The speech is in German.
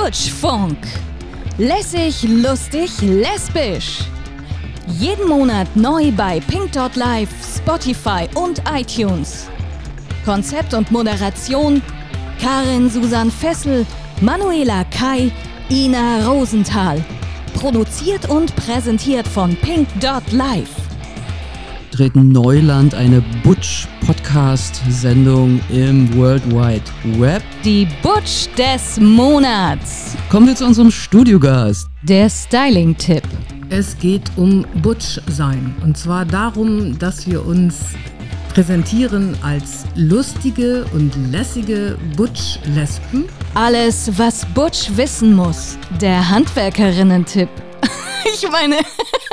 Butch-Funk. Lässig, lustig, lesbisch. Jeden Monat neu bei Pink.Live, Spotify und iTunes. Konzept und Moderation Karin Susan Fessel, Manuela Kai, Ina Rosenthal. Produziert und präsentiert von Pink.Live. Treten Neuland, eine Butch-Podcast-Sendung im World Wide Web. Die Butch des Monats. Kommen wir zu unserem Studiogast. Der Styling-Tipp. Es geht um Butch-Sein. Und zwar darum, dass wir uns präsentieren als lustige und lässige Butch-Lesben. Alles, was Butch wissen muss. Der Handwerkerinnen-Tipp. Ich meine...